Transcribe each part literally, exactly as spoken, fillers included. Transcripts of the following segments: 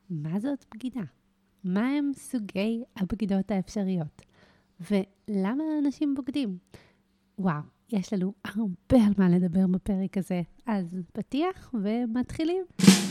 מה זאת בגידה? מה הם סוגי הבגידות האפשריות? ולמה אנשים בוגדים? וואו, יש לנו הרבה על מה לדבר בפרק הזה. אז פתיח ומתחילים.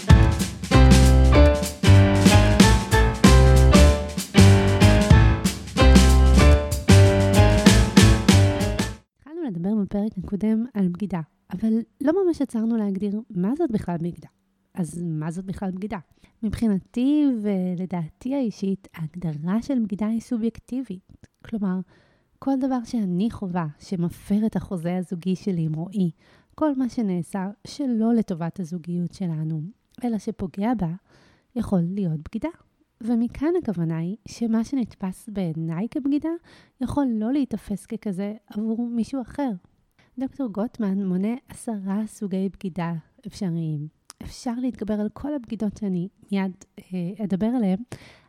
התחלנו לדבר בפרק הקודם על בגידה, אבל לא ממש עצרנו להגדיר מה זאת בכלל בגידה. אז מה זאת בכלל בגידה? מבחינתי ולדעתי האישית, ההגדרה של בגידה היא סובייקטיבית. כלומר, כל דבר שאני חובה שמפר את החוזה הזוגי שלי עם רועי, כל מה שנעשה שלא לטובת הזוגיות שלנו, אלא שפוגע בה, יכול להיות בגידה. ומכאן הכוונה היא שמה שנתפס בעיניי כבגידה, יכול לא להתאפס ככזה עבור מישהו אחר. דוקטור גוטמן מונה עשרה סוגי בגידה אפשריים. אפשר להתגבר על כל הבגידות שאני מיד אה, אדבר עליהן,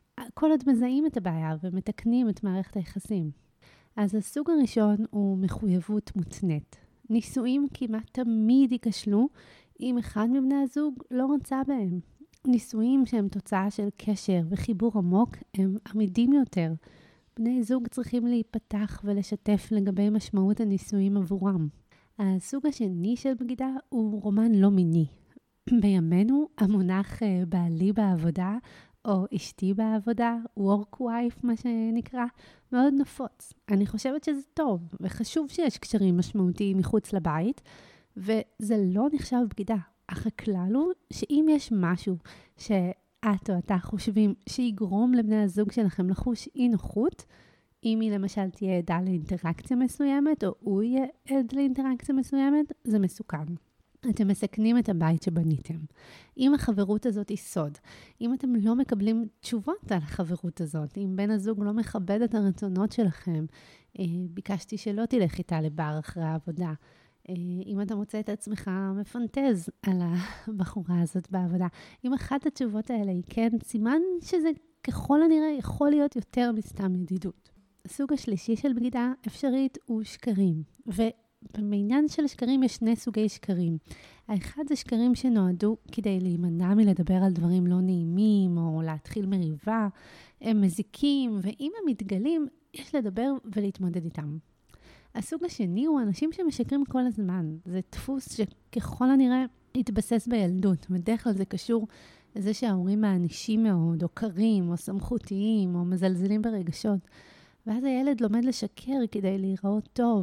כל עוד מזהים את הבעיה ומתקנים את מערכת היחסים. אז הסוג הראשון הוא מחויבות מותנית. נישואים כמעט תמיד ייכשלו אם אחד מבני הזוג לא רצה בהם. נישואים שהם תוצאה של קשר וחיבור עמוק הם עמידים יותר. בני זוג צריכים להיפתח ולשתף לגבי משמעות הנישואים עבורם. הסוג השני של בגידה הוא רומן לא מיני. בימינו המונח בעלי בעבודה או אשתי בעבודה, work wife מה שנקרא, מאוד נפוץ. אני חושבת שזה טוב וחשוב שיש קשרים משמעותיים מחוץ לבית, וזה לא נחשב בגידה. אך הכלל הוא שאם יש משהו שאת או אתה חושבים שיגרום לבני הזוג שלכם לחוש אי נוחות, אם היא למשל תהיה עדה לאינטראקציה מסוימת, או הוא יהיה עד לאינטראקציה מסוימת, זה מסוכן. אתם מסכנים את הבית שבניתם. אם החברות הזאת היא סוד, אם אתם לא מקבלים תשובות על החברות הזאת, אם בן הזוג לא מכבד את הרצונות שלכם, ביקשתי שלא תלך איתה לבר אחרי העבודה, אם אתה מוצא את עצמך מפנטז על הבחורה הזאת בעבודה, אם אחת התשובות האלה היא כן, סימן שזה ככל הנראה יכול להיות יותר מסתם ידידות. הסוג השלישי של בגידה אפשרית הוא שקרים, ו... בעניין של שקרים יש שני סוגי שקרים. האחד זה שקרים שנועדו כדי להימנע מלדבר על דברים לא נעימים או להתחיל מריבה. הם מזיקים, ואם הם מתגלים, יש לדבר ולהתמודד איתם. הסוג השני הוא אנשים שמשקרים כל הזמן. זה דפוס שככל הנראה יתבסס בילדות. בדרך כלל זה קשור לזה שההורים מענישים מאוד, או קרים, או סמכותיים, או מזלזלים ברגשות. ואז הילד לומד לשקר כדי להיראות טוב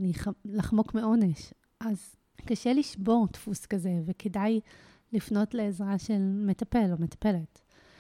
ולחמוק מעונש. אז קשה לשבור דפוס כזה, וכדאי לפנות לעזרה של מטפל או מטפלת.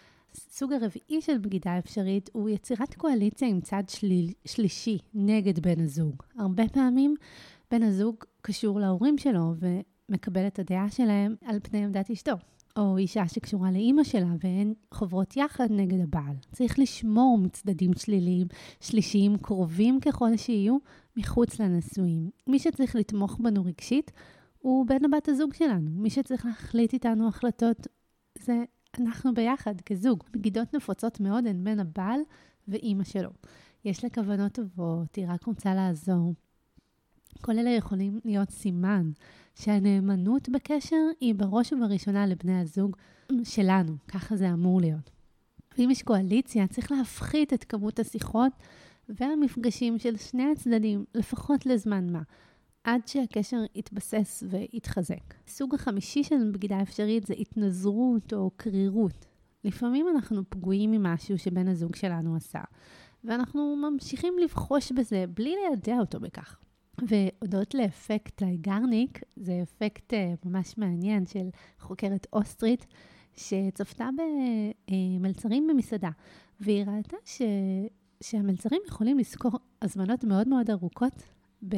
סוג הרביעי של בגידה אפשרית הוא יצירת קואליציה עם צד שליל, שלישי נגד בן הזוג. הרבה פעמים בן הזוג קשור להורים שלו ומקבל את הדעה שלהם על פני עמדת אשתו. או אישה שקשורה לאמא שלה, והן חוברות יחד נגד הבעל. צריך לשמור מצדדים שליליים, שלישיים, קרובים ככל שיהיו, מחוץ לנשואים. מי שצריך לתמוך בנו רגשית, הוא בן הבת הזוג שלנו. מי שצריך להחליט איתנו החלטות, זה אנחנו ביחד, כזוג. בגידות נפוצות מאוד הן בין הבעל ואמא שלו. יש לה כוונות טובות, היא רק רוצה לעזור. כל אלה יכולים להיות סימן שהנאמנות בקשר היא בראש ובראשונה לבני הזוג שלנו. ככה זה אמור להיות. ואם יש קואליציה, צריך להפחית את כמות השיחות והמפגשים של שני הצדדים, לפחות לזמן מה, עד שהקשר יתבסס ויתחזק. סוג החמישי של בגידה אפשרית זה התנזרות או קרירות. לפעמים אנחנו פגועים ממשהו שבן הזוג שלנו עשה, ואנחנו ממשיכים לבחוש בזה בלי לידע אותו בכך. והודות לאפקט גרניק, זה אפקט ממש מעניין של חוקרת אוסטרית, שצפתה במלצרים במסעדה, והיא ראתה ש... שהמלצרים יכולים לזכור הזמנות מאוד מאוד ארוכות ב...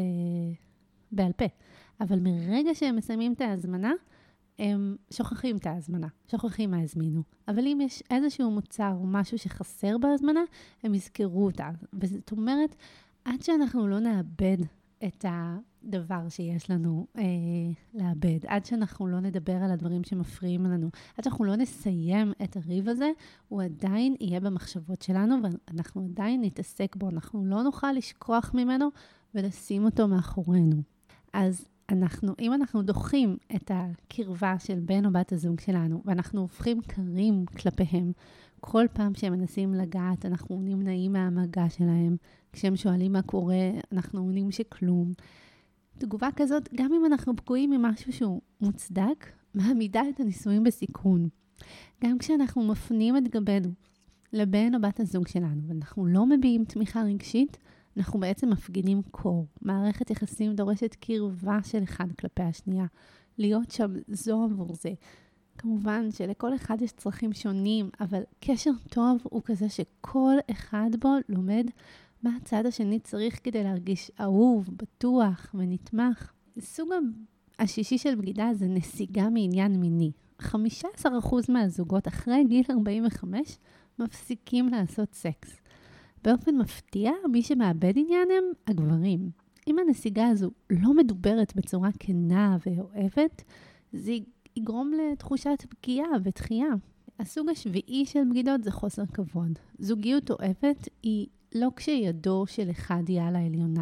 בעל פה, אבל מרגע שהם מסיימים את ההזמנה, הם שוכחים את ההזמנה, שוכחים מה הזמינו. אבל אם יש איזשהו מוצר או משהו שחסר בהזמנה, הם יזכרו אותה. וזאת אומרת, עד שאנחנו לא נאבד את הדבר שיש לנו אה, לאבד, עד שאנחנו לא נדבר על הדברים שמפריעים לנו, עד שאנחנו לא נסיים את הריב הזה, הוא עדיין יהיה במחשבות שלנו, ואנחנו עדיין נתעסק בו, אנחנו לא נוכל לשכוח ממנו ולשים אותו מאחורינו. אז אנחנו, אם אנחנו דוחים את הקרבה של בן או בת הזוג שלנו, ואנחנו הופכים קרים כלפיהם, כל פעם שהם מנסים לגעת, אנחנו נמנעים מהמגע שלהם. כשהם שואלים מה קורה, אנחנו עונים שכלום. תגובה כזאת, גם אם אנחנו פגועים ממשהו שהוא מוצדק, מעמידה את הנישואים בסיכון. גם כשאנחנו מפנים את גבנו לבן או בת הזוג שלנו, ואנחנו לא מביעים תמיכה רגשית, אנחנו בעצם מפגינים קור. מערכת יחסים דורשת קרבה של אחד כלפי השנייה. להיות שם זו עבור זה. כמובן שלכל אחד יש צרכים שונים, אבל קשר טוב הוא כזה שכל אחד בו לומד מה הצד השני צריך כדי להרגיש אהוב, בטוח ונתמך. סוג השישי של בגידה זה נסיגה מעניין מיני. חמישה עשר אחוז מהזוגות אחרי גיל ארבעים וחמש מפסיקים לעשות סקס. באופן מפתיע, מי שמאבד עניין הם הגברים. אם הנסיגה הזו לא מדוברת בצורה כנה ואוהבת, זה יגרום לתחושת פגיעה ותחייה. הסוג השביעי של בגידות זה חוסר כבוד. זוגיות אוהבת היא לא כשידו של אחד יהיה על העליונה.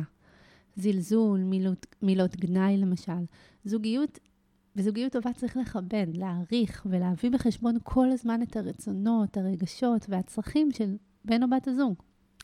זלזול, מילות, מילות גנאי למשל. זוגיות, בזוגיות טובה צריך לכבד, להעריך ולהביא בחשבון כל הזמן את הרצונות, הרגשות והצרכים של בן או בת הזוג.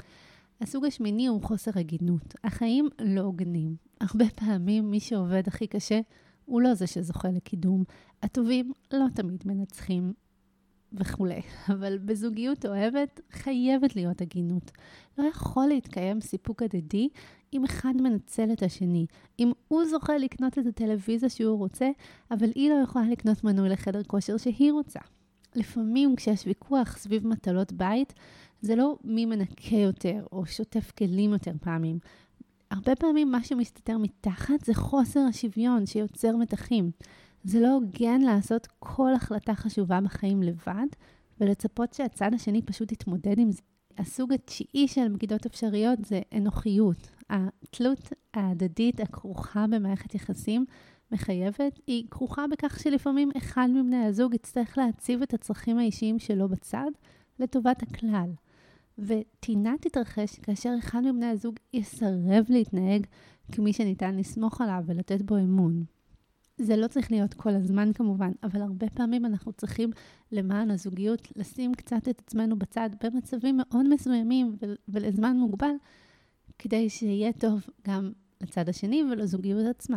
הסוג השמיני הוא חוסר הגינות. החיים לא הוגנים. הרבה פעמים מי שעובד הכי קשה הוא לא זה שזוכה לקידום. הטובים לא תמיד מנצחים וכו'. אבל בזוגיות אוהבת חייבת להיות הגינות. לא יכול להתקיים סיפוק הדדי אם אחד מנצל את השני. אם הוא זוכה לקנות את הטלוויזיה שהוא רוצה, אבל היא לא יכולה לקנות מנוי לחדר כושר שהיא רוצה. לפעמים כשיש ויכוח סביב מטלות בית, זה לא מי מנקה יותר או שוטף כלים יותר פעמים. הרבה פעמים מה שמסתתר מתחת זה חוסר השוויון שיוצר מתחים. זה לא הוגן לעשות כל החלטה חשובה בחיים לבד, ולצפות שהצד השני פשוט יתמודד עם זה. הסוג התשיעי של בגידות אפשריות זה אנוכיות. התלות ההדדית הכרוכה במערכת יחסים מחייבת, היא כרוכה בכך שלפעמים אחד מבני הזוג יצטרך להציב את הצרכים האישיים שלו בצד לטובת הכלל. וטינה תתרחש כאשר אחד מבני הזוג יסרב להתנהג כמי שניתן לסמוך עליו ולתת בו אמון. זה לא צריך להיות כל הזמן כמובן, אבל הרבה פעמים אנחנו צריכים למען הזוגיות לשים קצת את עצמנו בצד במצבים מאוד מסוימים ולזמן מוגבל, כדי שיהיה טוב גם לצד השני ולזוגיות עצמה.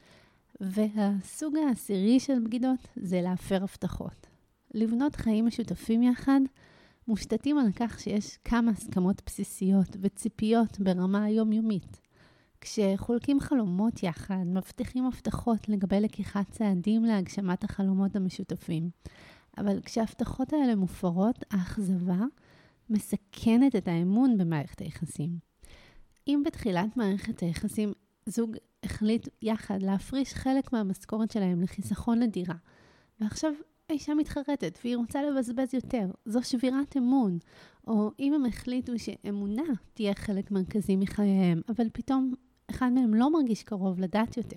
והסוג העשירי של בגידות זה להפר הבטחות. לבנות חיים משותפים יחד, מושתתים על כך שיש כמה הסכמות בסיסיות וציפיות ברמה היומיומית. כשחולקים חלומות יחד, מבטיחים הבטחות לגבי לקיחת צעדים להגשמת החלומות המשותפים. אבל כשההבטחות האלה מופרות, האכזבה מסכנת את האמון במערכת היחסים. אם בתחילת מערכת היחסים זוג החליט יחד להפריש חלק מהמשכורת שלהם לחיסכון לדירה, ועכשיו האישה מתחרטת והיא רוצה לבזבז יותר, זו שבירת אמון. או אם הם החליטו שאמונה תהיה חלק מרכזי מחייהם, אבל פתאום אחד מהם לא מרגיש קרוב לדעת יותר.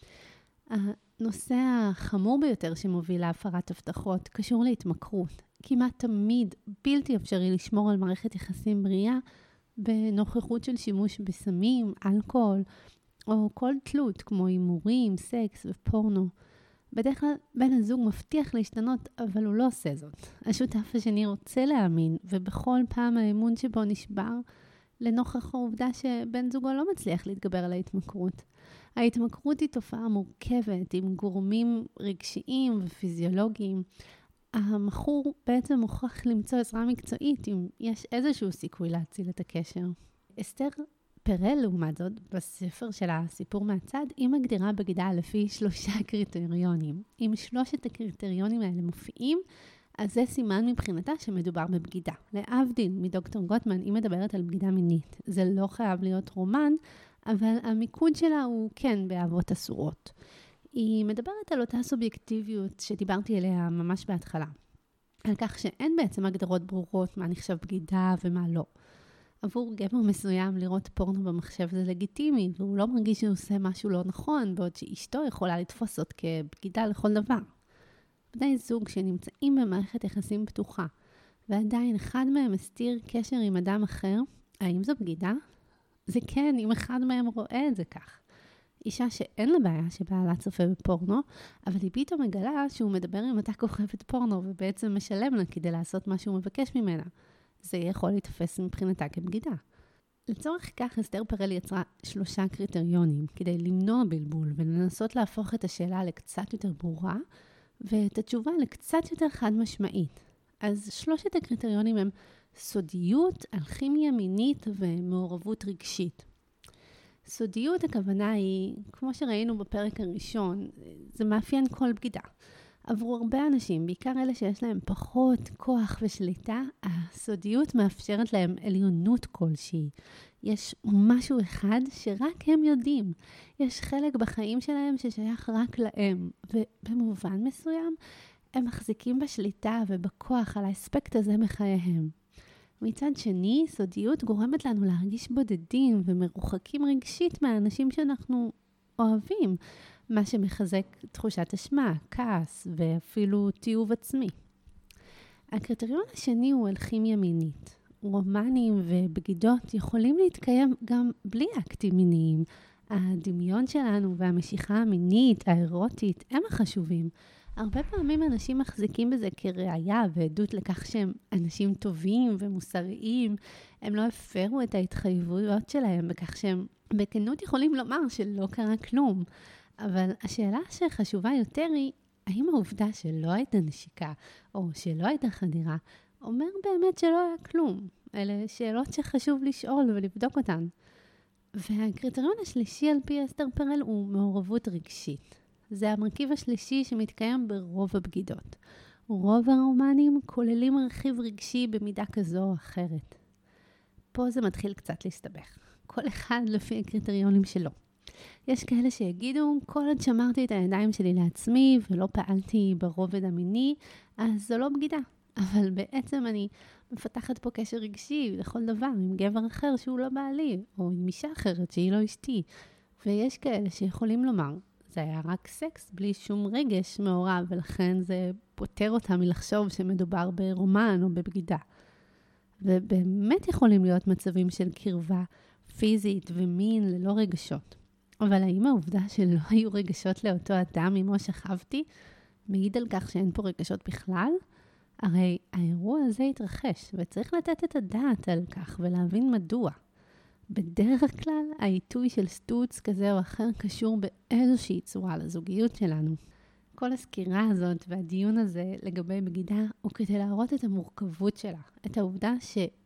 הנושא החמור ביותר שמוביל להפרת הבטחות קשור להתמכרות. כמעט תמיד בלתי אפשרי לשמור על מערכת יחסים בריאה בנוכחות של שימוש בסמים, אלכוהול, או כל תלות כמו הימורים, סקס ופורנו. בדרך כלל בן הזוג מבטיח להשתנות, אבל הוא לא עושה זאת. השותף השני רוצה להאמין, ובכל פעם האמון שבו נשבר, לנוכח העובדה שבן זוגו לא מצליח להתגבר על ההתמכרות. ההתמכרות היא תופעה מורכבת, עם גורמים רגשיים ופיזיולוגיים. המכור בעצם מוכרח למצוא עזרה מקצועית, אם יש איזשהו סיכוי להציל את הקשר. אסתר פרל, לעומת זאת, בספר של הסיפור מהצד, היא מגדירה בגידה לפי שלושה קריטריונים. אם שלושת הקריטריונים האלה מופיעים, אז זה סימן מבחינתה שמדובר בבגידה. להבדיל מדוקטור גוטמן, היא מדברת על בגידה מינית. זה לא חייב להיות רומן, אבל המיקוד שלה הוא כן באהבות אסורות. היא מדברת על אותה סובייקטיביות שדיברתי עליה ממש בהתחלה. על כך שאין בעצם הגדרות ברורות מה נחשב בגידה ומה לא. עבור גבר מסוים לראות פורנו במחשב זה לגיטימי, והוא לא מרגיש שהוא עושה משהו לא נכון, בעוד שאשתו יכולה לתפוס זאת כבגידה לכל דבר. בני זוג שנמצאים במערכת יחסים פתוחה, ועדיין אחד מהם מסתיר קשר עם אדם אחר, האם זו בגידה? זה כן, אם אחד מהם רואה את זה כך. אישה שאין לה בעיה שבעלה צופה בפורנו, אבל היא פתאום מגלה שהוא מדבר עם אותה כוכבת פורנו, ובעצם משלם לה כדי לעשות מה שהוא מבקש ממנה. זה יכול להתפס מבחינתה כבגידה. לצורך כך, אסתר פרל יצרה שלושה קריטריונים, כדי למנוע בלבול ולנסות להפוך את השאלה לקצת יותר ברורה, ואת התשובה לקצת יותר חד משמעית. אז שלושת הקריטריונים הם סודיות, אלכימיה מינית ומעורבות רגשית. סודיות, הכוונה היא, כמו שראינו בפרק הראשון, זה מאפיין כל בגידה. עברו הרבה אנשים, בעיקר אלה שיש להם פחות כוח ושליטה, הסודיות מאפשרת להם עליונות כלשהי. יש משהו אחד שרק הם יודעים. יש חלק בחיים שלהם ששייך רק להם, ובמובן מסוים הם מחזיקים בשליטה ובכוח על האספקט הזה בחייהם. מצד שני, סודיות גורמת לנו להרגיש בודדים ומרוחקים רגשית מהאנשים שאנחנו אוהבים, מה שמחזק תחושת אשמה, כעס ואפילו תיעוב עצמי. הקריטריון השני הוא אלכימיה מינית. רומנים ובגידות יכולים להתקיים גם בלי אקטים מיניים. הדמיון שלנו והמשיכה המינית, האירוטית, הם החשובים. הרבה פעמים אנשים מחזיקים בזה כראיה ועדות לכך שהם אנשים טובים ומוסריים. הם לא הפרו את ההתחייבויות שלהם בכך שהם בכנות יכולים לומר שלא קרה כלום. אבל השאלה שחשובה יותר היא, האם העובדה שלא הייתה נשיקה או שלא הייתה חדירה, אומר באמת שלא היה כלום. אלה שאלות שחשוב לשאול ולבדוק אותן. והקריטריון השלישי על פי אסתר פרל הוא מעורבות רגשית. זה המרכיב השלישי שמתקיים ברוב הבגידות. רוב הרומנים כוללים רכיב רגשי במידה כזו או אחרת. פה זה מתחיל קצת להסתבך. כל אחד לפי הקריטריונים שלו. יש כאלה שיגידו, כל עוד שמרתי את הידיים שלי לעצמי ולא פעלתי ברובד המיני, אז זו לא בגידה. אבל בעצם אני מפתחת פה קשר רגשי לכל דבר עם גבר אחר שהוא לא בעלי, או עם אישה אחרת שהיא לא אשתי. ויש כאלה שיכולים לומר, זה היה רק סקס בלי שום רגש מעורב, ולכן זה פותר אותה מלחשוב שמדובר ברומן או בבגידה. ובאמת יכולים להיות מצבים של קרבה פיזית ומין ללא רגשות. אבל האם העובדה שלא היו רגשות לאותו אדם עמו שכבתי, מעיד על כך שאין פה רגשות בכלל? הרי האירוע הזה התרחש, וצריך לתת את הדעת על כך ולהבין מדוע. בדרך כלל, העיתוי של סטוץ כזה או אחר קשור באיזושהי צורה לזוגיות שלנו. כל הסקירה הזאת והדיון הזה לגבי בגידה הוא כדי להראות את המורכבות שלה, את העובדה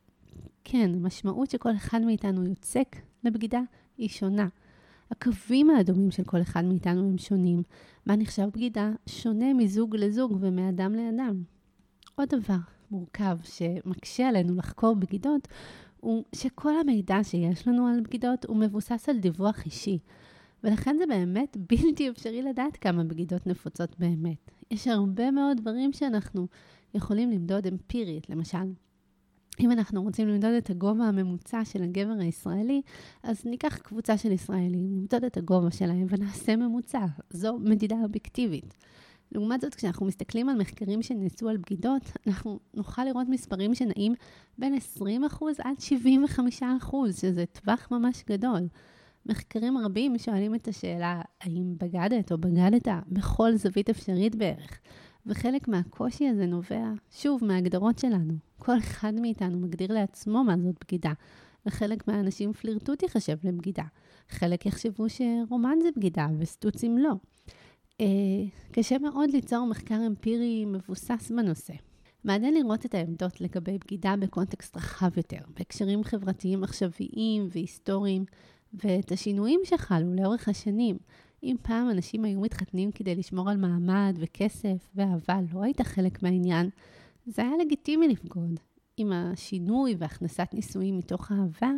שכן, המשמעות שכל אחד מאיתנו יוצק לבגידה היא שונה. הקווים האדומים של כל אחד מאיתנו הם שונים. מה נחשב בגידה שונה מזוג לזוג ומאדם לאדם. עוד דבר מורכב שמקשה עלינו לחקור בגידות, הוא שכל המידע שיש לנו על בגידות הוא מבוסס על דיווח אישי. ולכן זה באמת בלתי אפשרי לדעת כמה בגידות נפוצות באמת. יש הרבה מאוד דברים שאנחנו יכולים למדוד אמפירית. למשל, אם אנחנו רוצים למדוד את הגובה הממוצע של הגבר הישראלי, אז ניקח קבוצה של ישראלים, נמדוד את הגובה שלהם ונעשה ממוצע. זו מדידה אובייקטיבית. לעומת זאת, כשאנחנו מסתכלים על מחקרים שנעשו על בגידות, אנחנו נוכל לראות מספרים שנעים בין עשרים אחוז עד שבעים וחמישה אחוז, שזה טווח ממש גדול. מחקרים רבים שואלים את השאלה, האם בגדת או בגדת בכל זווית אפשרית בערך? וחלק מהקושי הזה נובע, שוב, מההגדרות שלנו. כל אחד מאיתנו מגדיר לעצמו מה זאת בגידה, וחלק מהאנשים פלירטוט יחשב לבגידה. חלק יחשבו שרומן זה בגידה וסטוצים לא. אה, קשה מאוד ליצור מחקר אמפירי מבוסס בנושא. מעניין לראות את העמדות לגבי בגידה בקונטקסט רחב יותר, בהקשרים חברתיים עכשוויים והיסטוריים, ואת השינויים שחלו לאורך השנים. אם פעם אנשים היו מתחתנים כדי לשמור על מעמד וכסף ואהבה לא הייתה חלק מהעניין, זה היה לגיטימי לבגוד. עם השינוי והכנסת נישואים מתוך אהבה,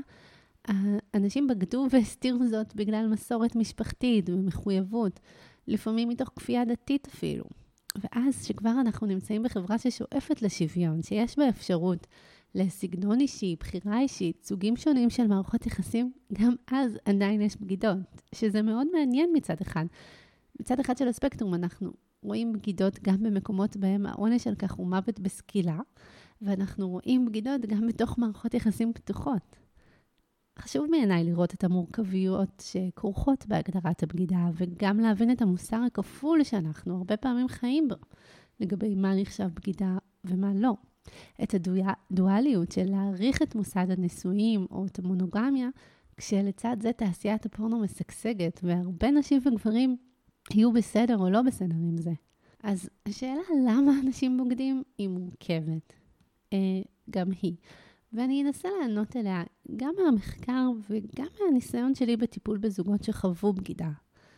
אנשים בגדו והסתירו זאת בגלל מסורת משפחתית ומחויבות, לפעמים מתוך כפייה דתית אפילו. ואז שכבר אנחנו נמצאים בחברה ששואפת לשוויון, שיש בה אפשרות לסגנון אישי, בחירה אישית, סוגים שונים של מערכות יחסים, גם אז עדיין יש בגידות, שזה מאוד מעניין מצד אחד. מצד אחד של הספקטרום אנחנו רואים בגידות גם במקומות בהם העונש על כך הוא מוות בסקילה, ואנחנו רואים בגידות גם בתוך מערכות יחסים פתוחות. חשוב בעיניי לראות את המורכבויות שכרוכות בהגדרת הבגידה, וגם להבין את המוסר הכפול שאנחנו הרבה פעמים חיים בו, לגבי מה נחשב בגידה ומה לא. את הדואליות של להעריך את מוסד הנישואים או את המונוגמיה, כשלצד זה תעשיית הפורנו משגשגת, והרבה נשים וגברים יהיו בסדר או לא בסדר עם זה. אז השאלה למה אנשים בוגדים היא מורכבת, אה, גם היא. ואני אנסה לענות אליה גם מהמחקר וגם מהניסיון שלי בטיפול בזוגות שחוו בגידה.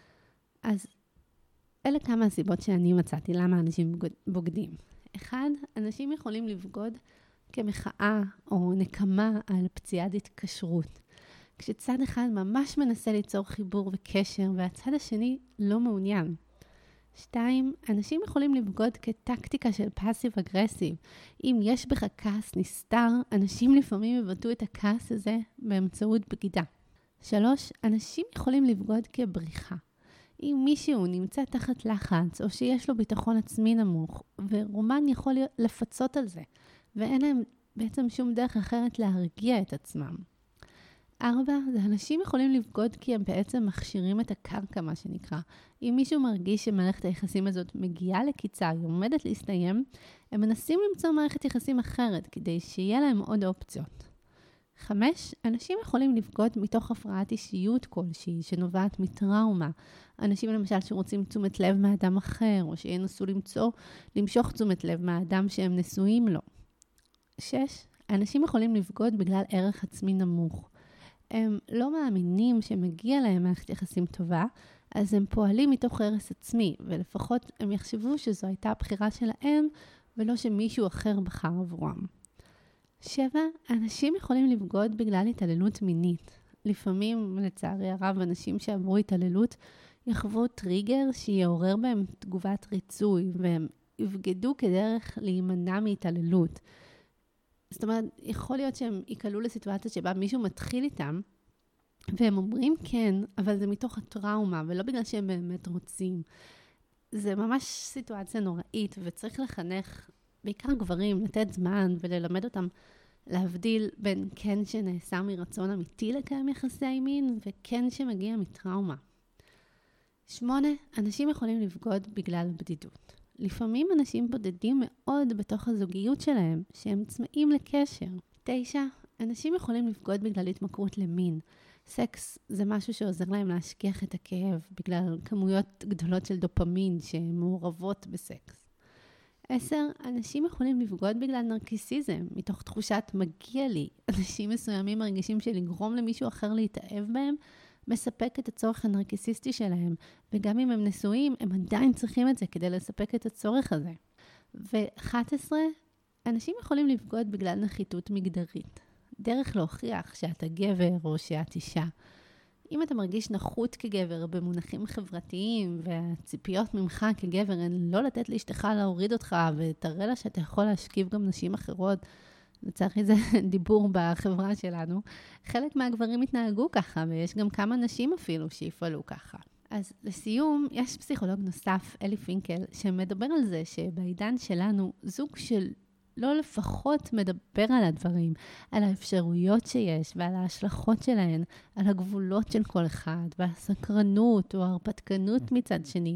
אז אלה כמה הסיבות שאני מצאתי למה אנשים בוגדים. אחד, אנשים יכולים לבגוד כמחאה או נקמה על פציעת התקשרות. כשצד אחד ממש מנסה ליצור חיבור וקשר והצד השני לא מעוניין. שתיים, אנשים יכולים לבגוד כטקטיקה של פאסיב אגרסיב. אם יש בך כעס נסתר, אנשים לפעמים יבטאו את הכעס הזה באמצעות בגידה. שלוש, אנשים יכולים לבגוד כבריחה. אם מישהו נמצא תחת לחץ או שיש לו ביטחון עצמי נמוך, ורומן יכול לפצות על זה, ואין להם בעצם שום דרך אחרת להרגיע את עצמם. ארבע, זה אנשים יכולים לבגוד כי הם בעצם מכשירים את הקרקע, מה שנקרא. אם מישהו מרגיש שמערכת היחסים הזאת מגיעה לקיצה, היא עומדת להסתיים, הם מנסים למצוא מערכת יחסים אחרת, כדי שיהיה להם עוד אופציות. חמש, אנשים יכולים לבגוד מתוך הפרעת אישיות כלשהי, שנובעת מטראומה. אנשים למשל שרוצים תשומת לב מאדם אחר, או שינסו למצוא, למשוך תשומת לב מהאדם שהם נשואים לו. שש, אנשים יכולים לבגוד בגלל ערך עצמי נמוך. הם לא מאמינים שמגיע להם מערכת יחסים טובה, אז הם פועלים מתוך ערך עצמי, ולפחות הם יחשבו שזו הייתה הבחירה שלהם, ולא שמישהו אחר בחר עבורם. שבע, אנשים יכולים לבגוד בגלל התעללות מינית. לפעמים, לצערי הרב, אנשים שעברו התעללות יחוו טריגר שיעורר בהם תגובת ריצוי, והם יבגדו כדרך להימנע מהתעללות. זאת אומרת, יכול להיות שהם יקלו לסיטואציה שבה מישהו מתחיל איתם, והם אומרים כן, אבל זה מתוך הטראומה, ולא בגלל שהם באמת רוצים. זה ממש סיטואציה נוראית, וצריך לחנך בעיקר גברים, לתת זמן וללמד אותם להבדיל בין כן שנעשה מרצון אמיתי לקיים יחסי מין, וכן שמגיע מטראומה. שמונה, אנשים יכולים לבגוד בגלל בדידות. לפעמים אנשים בודדים מאוד בתוך הזוגיות שלהם, שהם צמאים לקשר. תשע, אנשים יכולים לבגוד בגלל התמכרות למין. סקס זה משהו שעוזר להם להשכיח את הכאב, בגלל כמויות גדולות של דופמין שמעורבות בסקס. עשר, אנשים יכולים לבגוד בגלל נרקיסיזם, מתוך תחושת מגיע לי. אנשים מסוימים מרגישים שלגרום למישהו אחר להתאהב בהם, מספק את הצורך הנרקיסיסטי שלהם, וגם אם הם נשואים, הם עדיין צריכים את זה כדי לספק את הצורך הזה. ו-אחת עשרה, אנשים יכולים לבגוד בגלל נחיתות מגדרית. דרך להוכיח שאתה גבר או שאת אישה. אם אתה מרגיש נחות כגבר במונחים חברתיים, והציפיות ממך כגבר הן לא לתת לאשתך להוריד אותך, ותראה לה שאתה יכול להשכיב גם נשים אחרות, לצערי זה דיבור בחברה שלנו, חלק מהגברים התנהגו ככה, ויש גם כמה נשים אפילו שיפעלו ככה. אז לסיום, יש פסיכולוג נוסף, אלי פינקל, שמדבר על זה שבעידן שלנו, זוג של לא לפחות מדבר על הדברים, על האפשרויות שיש ועל ההשלכות שלהן, על הגבולות של כל אחד, והסקרנות או ההרפתקנות מצד שני.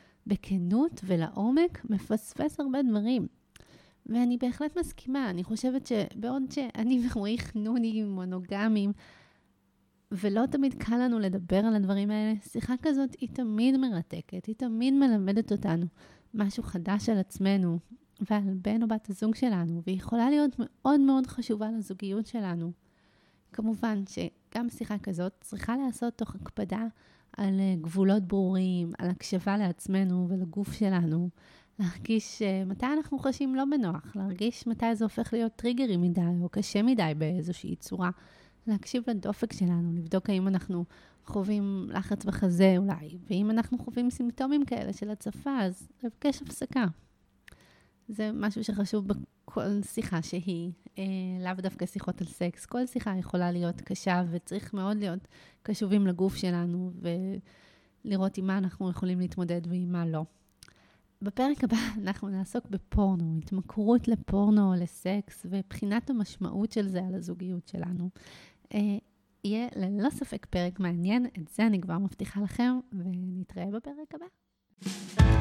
בכנות ולעומק מפספס הרבה דברים. ואני בהחלט מסכימה, אני חושבת שבעוד שאני ורועי חנונים, מונוגמים, ולא תמיד קל לנו לדבר על הדברים האלה, שיחה כזאת היא תמיד מרתקת, היא תמיד מלמדת אותנו משהו חדש על עצמנו, ועל בן או בת הזוג שלנו, והיא יכולה להיות מאוד מאוד חשובה לזוגיות שלנו. כמובן שגם שיחה כזאת צריכה לעשות תוך הקפדה על גבולות ברורים, על הקשבה לעצמנו ולגוף שלנו, להרגיש מתי אנחנו חשים לא בנוח, להרגיש מתי זה הופך להיות טריגרי מדי או קשה מדי באיזושהי צורה, להקשיב לדופק שלנו, לבדוק האם אנחנו חווים לחץ בחזה אולי, ואם אנחנו חווים סימפטומים כאלה של הצפה, אז לבקש הפסקה. זה משהו שחשוב בכל שיחה שהיא, אה, לאו דווקא שיחות על סקס. כל שיחה יכולה להיות קשה, וצריך מאוד להיות קשובים לגוף שלנו, ולראות עם מה אנחנו יכולים להתמודד ועם מה לא. בפרק הבא אנחנו נעסוק בפורנו, התמכרות לפורנו או לסקס, ובחינת המשמעות של זה על הזוגיות שלנו. אה, יהיה ללא ספק פרק מעניין, את זה אני כבר מבטיחה לכם, ונתראה בפרק הבא.